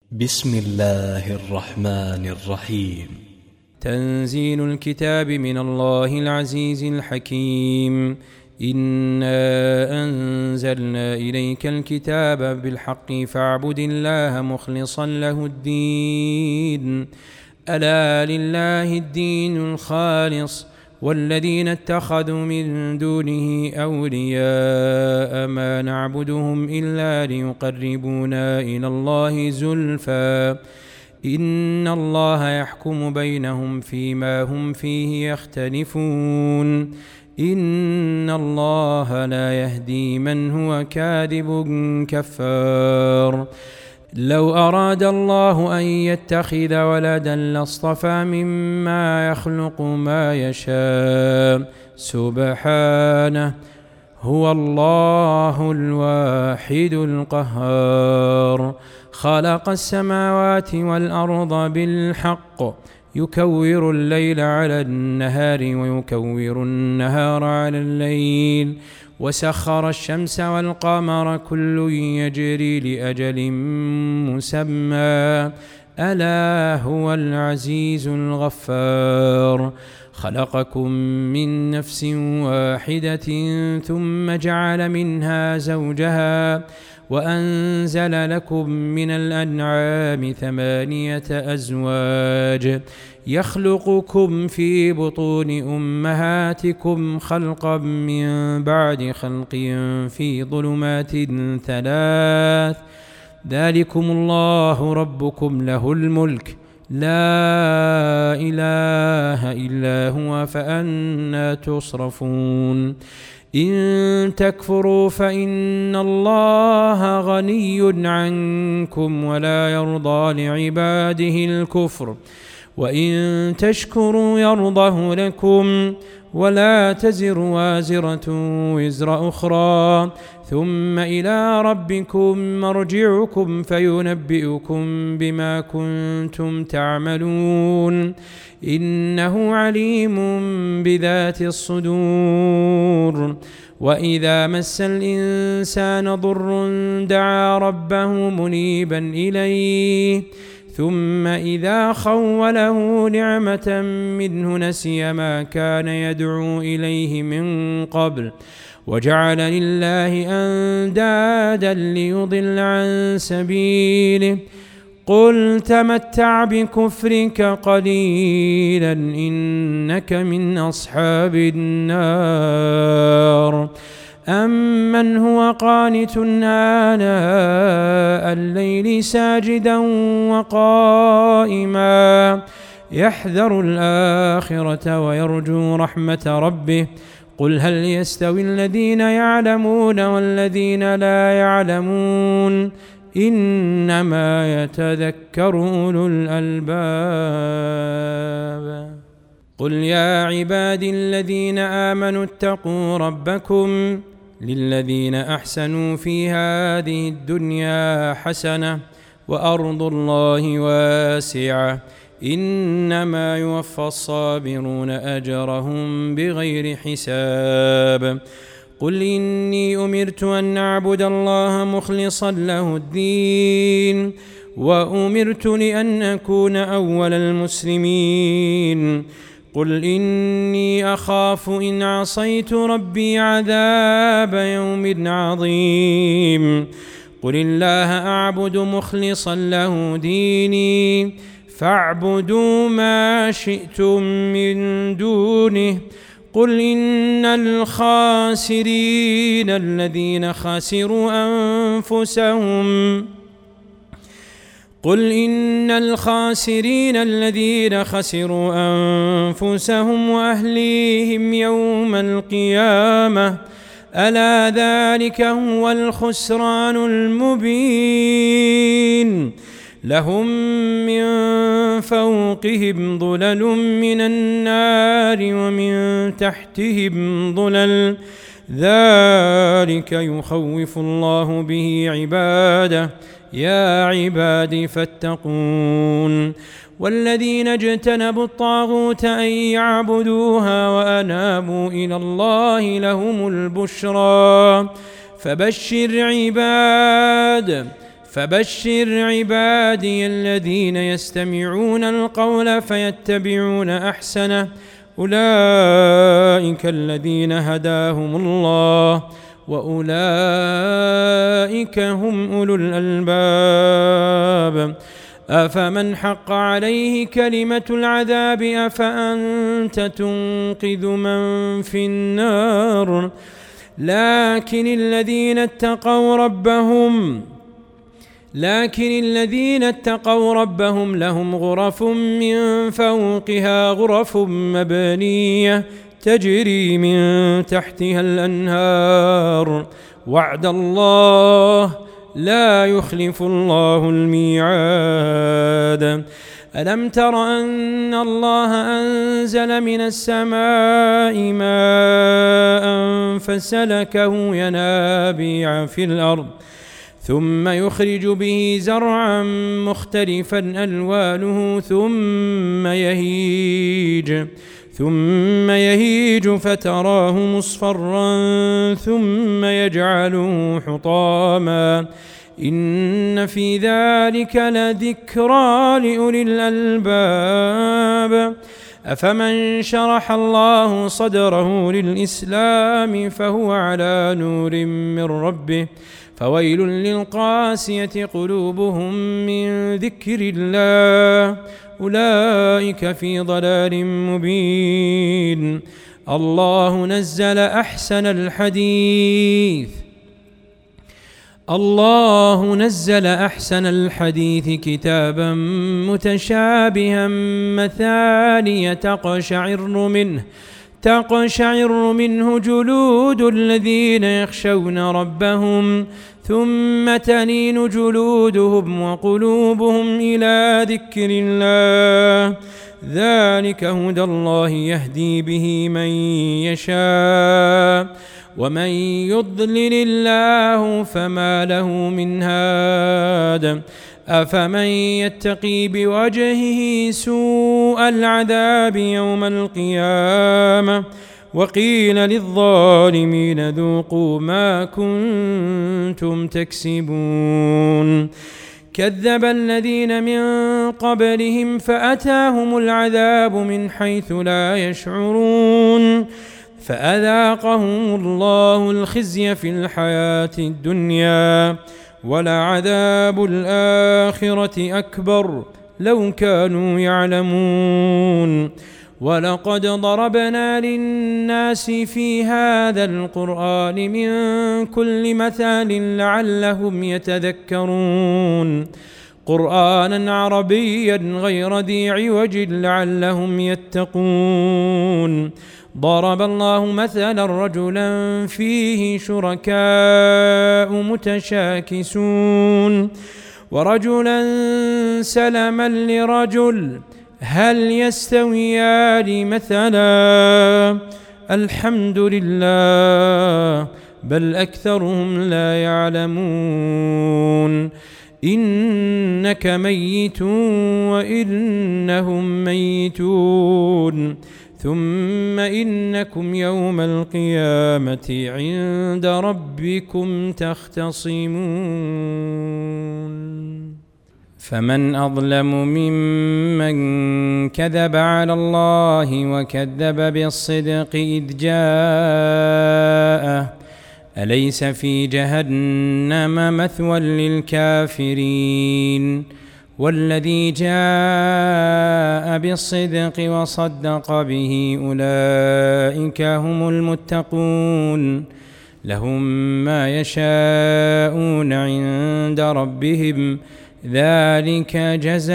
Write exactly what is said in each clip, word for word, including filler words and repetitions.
بسم الله الرحمن الرحيم. تنزيل الكتاب من الله العزيز الحكيم. إنا أنزلنا إليك الكتاب بالحق فاعبد الله مخلصا له الدين. ألا لله الدين الخالص والذين اتخذوا من دونه أولياء ما نعبدهم إلا ليقربونا إلى الله زلفى إن الله يحكم بينهم فيما هم فيه يختلفون إن الله لا يهدي من هو كاذب كفار. لو أراد الله أن يتخذ ولدا لاصطفى مما يخلق ما يشاء سبحانه هو الله الواحد القهار. خلق السماوات والأرض بالحق يكور الليل على النهار ويكور النهار على الليل وسخر الشمس والقمر كل يجري لأجل مسمى ألا هو العزيز الغفار. خلقكم من نفس واحدة ثم جعل منها زوجها وأنزل لكم من الأنعام ثمانية أزواج يخلقكم في بطون أمهاتكم خلقا من بعد خلق في ظلمات ثلاث ذلكم الله ربكم له الملك لا إله إلا هو فأنى تصرفون. إن تكفروا فإن الله غني عنكم ولا يرضى لعباده الكفر وإن تشكروا يرضه لكم ولا تزر وازرة وزر أخرى ثم إلى ربكم مرجعكم فينبئكم بما كنتم تعملون إنه عليم بذات الصدور. وإذا مس الإنسان ضر دعا ربه منيبا إليه ثم إذا خوله نعمة منه نسي ما كان يدعو إليه من قبل وجعل لله أندادا ليضل عن سبيله قل تمتع بكفرك قليلا إنك من أصحاب النار. أمن هو قانت آناء الليل ساجدا وقائما يحذر الآخرة ويرجو رحمة ربه قل هل يستوي الذين يعلمون والذين لا يعلمون إنما يتذكر أولو الألباب. قل يا عبادي الذين آمنوا اتقوا ربكم للذين أحسنوا في هذه الدنيا حسنة وأرض الله واسعة إنما يوفى الصابرون أجرهم بغير حساب. قل إني أمرت أن أعبد الله مخلصا له الدين وأمرت لأن أكون أول المسلمين. قل إني أخاف إن عصيت ربي عذاب يوم عظيم. قل الله أعبد مخلصا له ديني فاعبدوا ما شئتم من دونه. قل إن الخاسرين الذين خسروا أنفسهم قل إن الخاسرين الذين خسروا أنفسهم وأهليهم يوم القيامة ألا ذلك هو الخسران المبين. لهم من فوقهم ظلل من النار ومن تحتهم ظلل ذلك يخوف الله به عباده يا عبادي فاتقون. والذين اجتنبوا الطاغوت أن يعبدوها وأنابوا إلى الله لهم البشرى فبشر عباد فبشر عبادي الذين يستمعون القول فيتبعون أحسنه أولئك الذين هداهم الله وأولئك هم أولو الألباب أفمن حق عليه كلمة العذاب أفأنت تنقذ من في النار لكن الذين اتقوا ربهم لكن الذين اتقوا ربهم لهم غرف من فوقها غرف مبنية تجري من تحتها الأنهار وعد الله لا يخلف الله الميعاد ألم تر أن الله أنزل من السماء ماء فسلكه ينابيع في الأرض ثم يخرج به زرعا مختلفا ألوانه ثم يهيج ثم يهيج فتراه مصفرا ثم يجعله حطاما إن في ذلك لذكرى لأولي الألباب أفمن شرح الله صدره للإسلام فهو على نور من ربه فويل للقاسية قلوبهم من ذكر الله أولئك في ضلال مبين الله نزل أحسن الحديث الله نزل أحسن الحديث كتابا متشابها مثانية تقشعر منه تقشعر منه جلود الذين يخشون ربهم ثم تلين جلودهم وقلوبهم إلى ذكر الله ذلك هدى الله يهدي به من يشاء ومن يضلل الله فما له من هاد أفمن يتقي بوجهه سوء العذاب يوم القيامة وقيل للظالمين ذوقوا ما كنتم تكسبون كذب الذين من قبلهم فأتاهم العذاب من حيث لا يشعرون فأذاقهم الله الخزي في الحياة الدنيا ولعذاب الآخرة أكبر لو كانوا يعلمون ولقد ضربنا للناس في هذا القرآن من كل مثال لعلهم يتذكرون قرآنا عربيا غير ذي عوج لعلهم يتقون ضرب الله مثلا رجلا فيه شركاء متشاكسون ورجلا سلما لرجل هل يستويان مثلا الحمد لله بل أكثرهم لا يعلمون إنك ميت وإنهم ميتون ثم إنكم يوم القيامة عند ربكم تختصمون فمن أظلم ممن كذب على الله وكذب بالصدق إذ جاءه أليس في جهنم مثوى للكافرين والذي جاء بالصدق وصدق به أولئك هم المتقون لهم ما يشاءون عند ربهم ذلك جزاء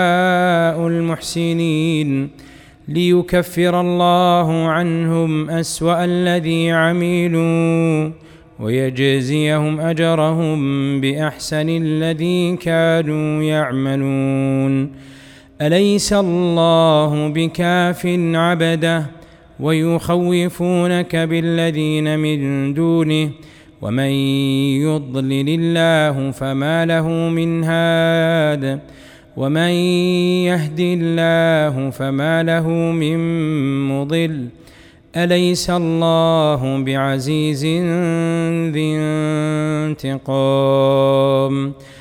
المحسنين ليكفر الله عنهم أسوأ الذي عملوا ويجزيهم أجرهم بأحسن الذي كانوا يعملون أليس الله بكاف عبده ويخوفونك بالذين من دونه ومن يضلل الله فما له من هاد ومن يهد الله فما له من مضل أليس الله بعزيز ذي انتقام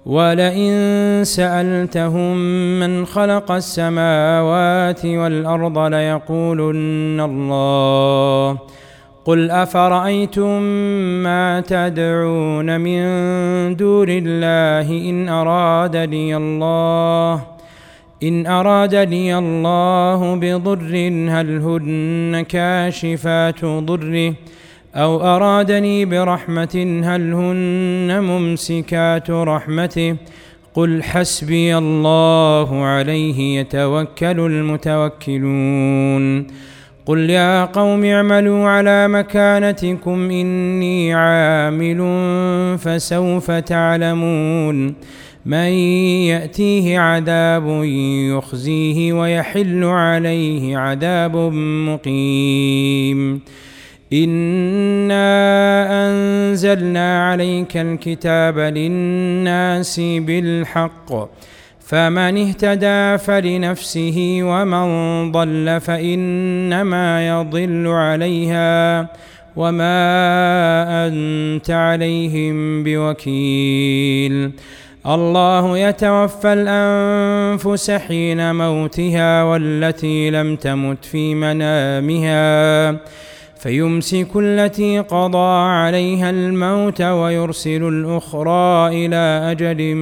ولئن سألتهم من خلق السماوات والأرض ليقولن الله. قل أفرأيتم ما تدعون من دون الله إن أرادني الله إن أرادني الله بضر هل هن كاشفات ضره أو أرادني برحمة هل هن ممسكات رحمته قل حسبي الله عليه يتوكل المتوكلون. قل يا قوم اعملوا على مكانتكم إني عامل فسوف تعلمون من يأتيه عذاب يخزيه ويحل عليه عذاب مقيم. إنا أنزلنا عليك الكتاب للناس بالحق فمن اهتدى فلنفسه ومن ضل فإنما يضل عليها وما أنت عليهم بوكيل. الله يتوفى الأنفس حين موتها والتي لم تمت في منامها فيمسك التي قضى عليها الموت ويرسل الأخرى إلى أجل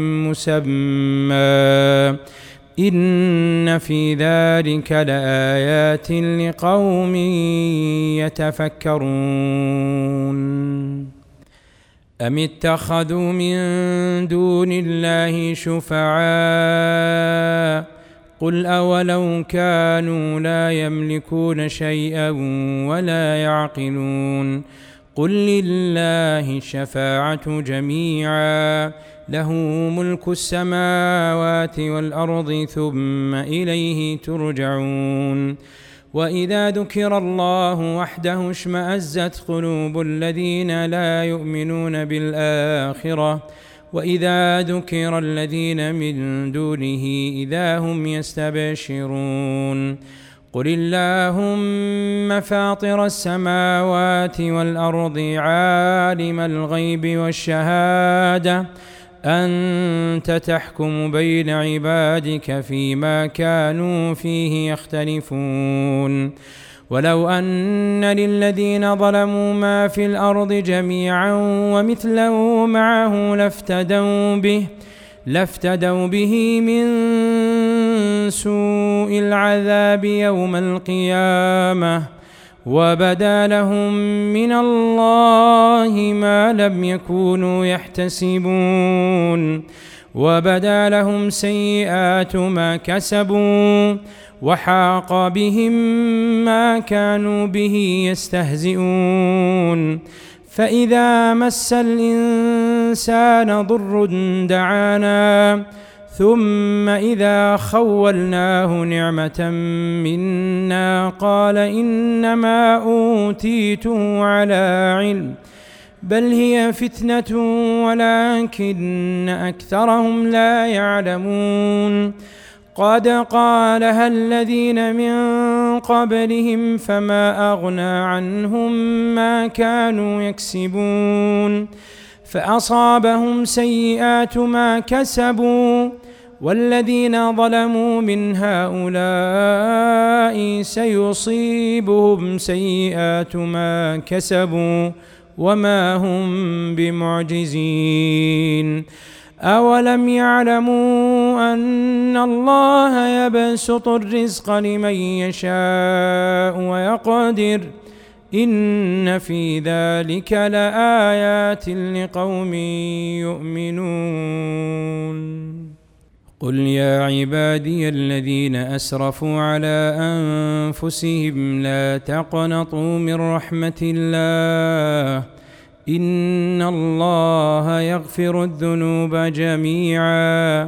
مسمى إن في ذلك لآيات لقوم يتفكرون. أم اتخذوا من دون الله شفعاء قل أولو كانوا لا يملكون شيئا ولا يعقلون قل لله الشفاعة جميعا له ملك السماوات والأرض ثم إليه ترجعون. وإذا ذكر الله وحده اشمأزت قلوب الذين لا يؤمنون بالآخرة وإذا ذكر الذين من دونه إذا هم يستبشرون. قل اللهم فاطر السماوات والأرض عالم الغيب والشهادة أنت تحكم بين عبادك فيما كانوا فيه يختلفون. ولو أن للذين ظلموا ما في الأرض جميعا ومثله معه لافتدوا به لافتدوا به من سوء العذاب يوم القيامة وبدا لهم من الله ما لم يكونوا يحتسبون وبدا لهم سيئات ما كسبوا وحاق بهم ما كانوا به يستهزئون. فإذا مس الإنسان ضر دعانا ثم إذا خولناه نعمة منا قال إنما أوتيته على علم بل هي فتنة ولكن أكثرهم لا يعلمون. قد قالها الذين من قبلهم فما أغنى عنهم ما كانوا يكسبون فأصابهم سيئات ما كسبوا والذين ظلموا من هؤلاء سيصيبهم سيئات ما كسبوا وما هم بمعجزين. أولم يعلموا أن الله يبسط الرزق لمن يشاء ويقدر إن في ذلك لآيات لقوم يؤمنون. قل يا عبادي الذين أسرفوا على أنفسهم لا تقنطوا من رحمة الله إن الله يغفر الذنوب جميعا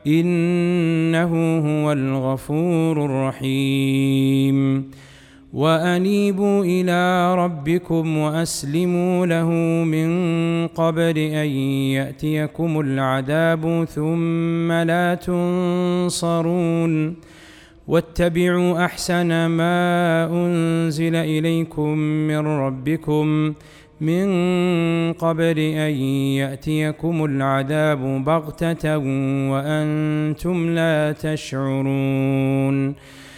إنه هو الغفور الرحيم. وأنيبوا إلى ربكم وأسلموا له من قبل أن يأتيكم العذاب ثم لا تنصرون. واتبعوا أحسن ما أنزل إليكم من ربكم من قبل أن يأتيكم العذاب بغتة وأنتم لا تشعرون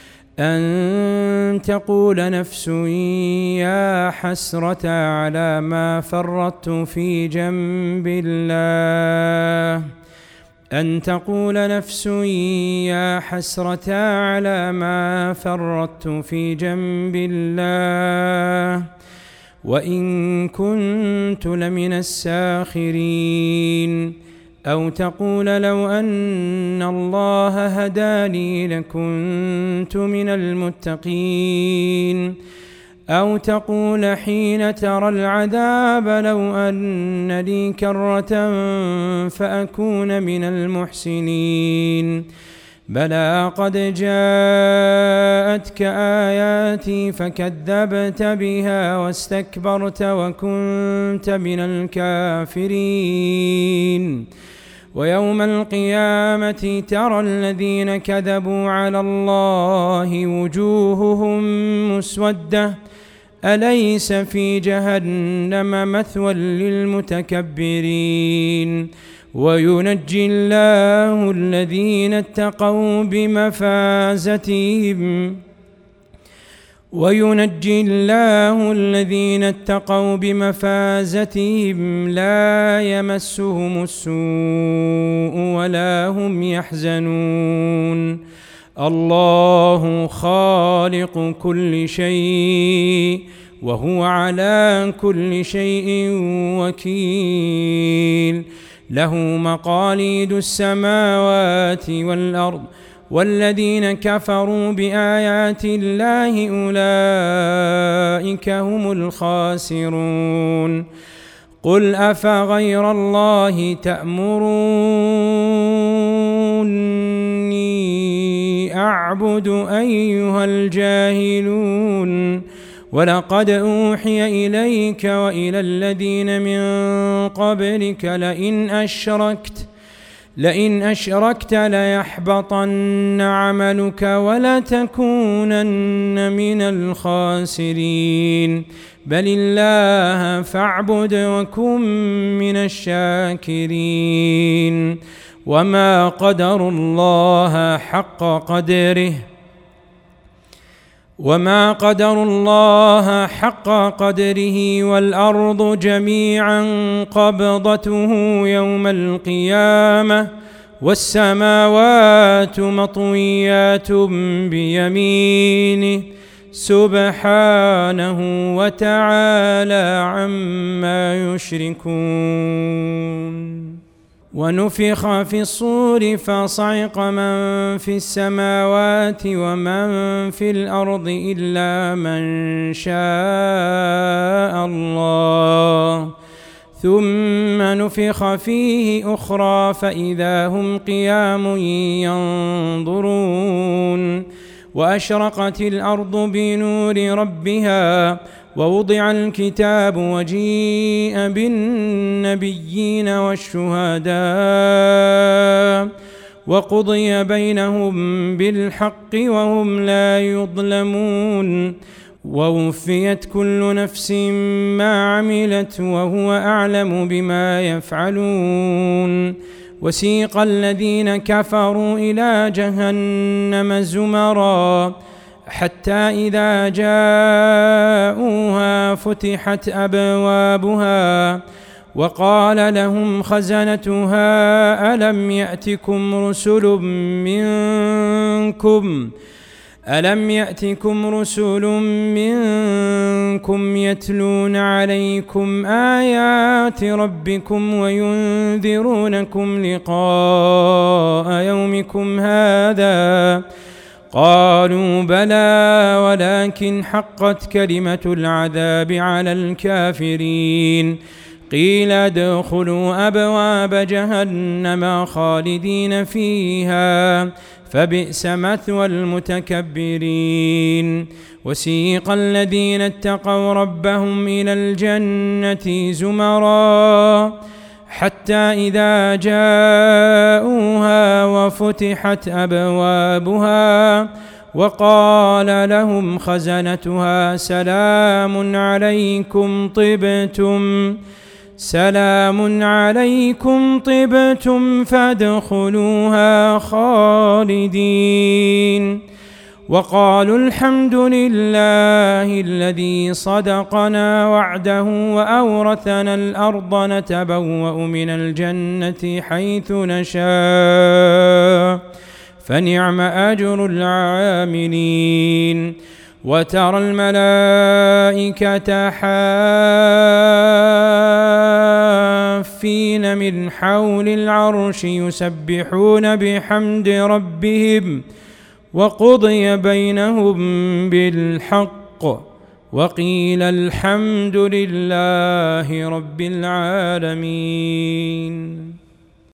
أن تقول نفس يا حسرة على ما فرطت في جنب الله أن تقول نفس يا حسرة على ما فرطت في جنب الله وإن كنت لمن الساخرين أو تقول لو أن الله هداني لكنت من المتقين أو تقول حين ترى العذاب لو أن لي كرة فأكون من المحسنين بلى قد جاءتك آياتي فكذبت بها واستكبرت وكنت من الكافرين ويوم القيامة ترى الذين كذبوا على الله وجوههم مسودة أليس في جهنم مثوى للمتكبرين وينجي الله الذين اتقوا بمفازتهم وينجي الله الذين اتقوا بمفازتهم لا يمسهم السوء ولا هم يحزنون الله خالق كل شيء وهو على كل شيء وكيل له مقاليد السماوات والأرض والذين كفروا بآيات الله أولئك هم الخاسرون قل أفغير الله تأمروني أعبد أيها الجاهلون ولقد أوحي إليك وإلى الذين من قبلك لئن أشركت لئن أشركت ليحبطن عملك ولتكونن من الخاسرين بل الله فاعبد وكن من الشاكرين وما قدروا الله حق قدره وما قدروا الله حق قدره والأرض جميعا قبضته يوم القيامة والسماوات مطويات بيمينه سبحانه وتعالى عما يشركون ونفخ في الصور فصعق من في السماوات ومن في الأرض إلا من شاء الله ثم نفخ فيه أخرى فإذا هم قيام ينظرون وأشرقت الأرض بنور ربها ووضع الكتاب وجيء بالنبيين والشهداء وقضي بينهم بالحق وهم لا يظلمون ووفيت كل نفس ما عملت وهو أعلم بما يفعلون وسيق الذين كفروا إلى جهنم زمرا حتى إذا جاءوها فتحت أبوابها وقال لهم خزنتها ألم يأتكم رسل منكم ألم يأتكم رسل منكم يتلون عليكم آيات ربكم وينذرونكم لقاء يومكم هذا قالوا بلى ولكن حقت كلمة العذاب على الكافرين قيل ادخلوا أبواب جهنم خالدين فيها فبئس مثوى المتكبرين وسيق الذين اتقوا ربهم إلى الجنة زمرا حتى إذا جاءوها وفتحت أبوابها وقال لهم خزنتها سلام عليكم طبتم سلام عليكم طبتم فادخلوها خالدين وقالوا الحمد لله الذي صدقنا وعده وأورثنا الأرض نتبوأ من الجنة حيث نشاء فنعم أجر العاملين وترى الملائكة حافين من حول العرش يسبحون بحمد ربهم وقضي بينهم بالحق وقيل الحمد لله رب العالمين.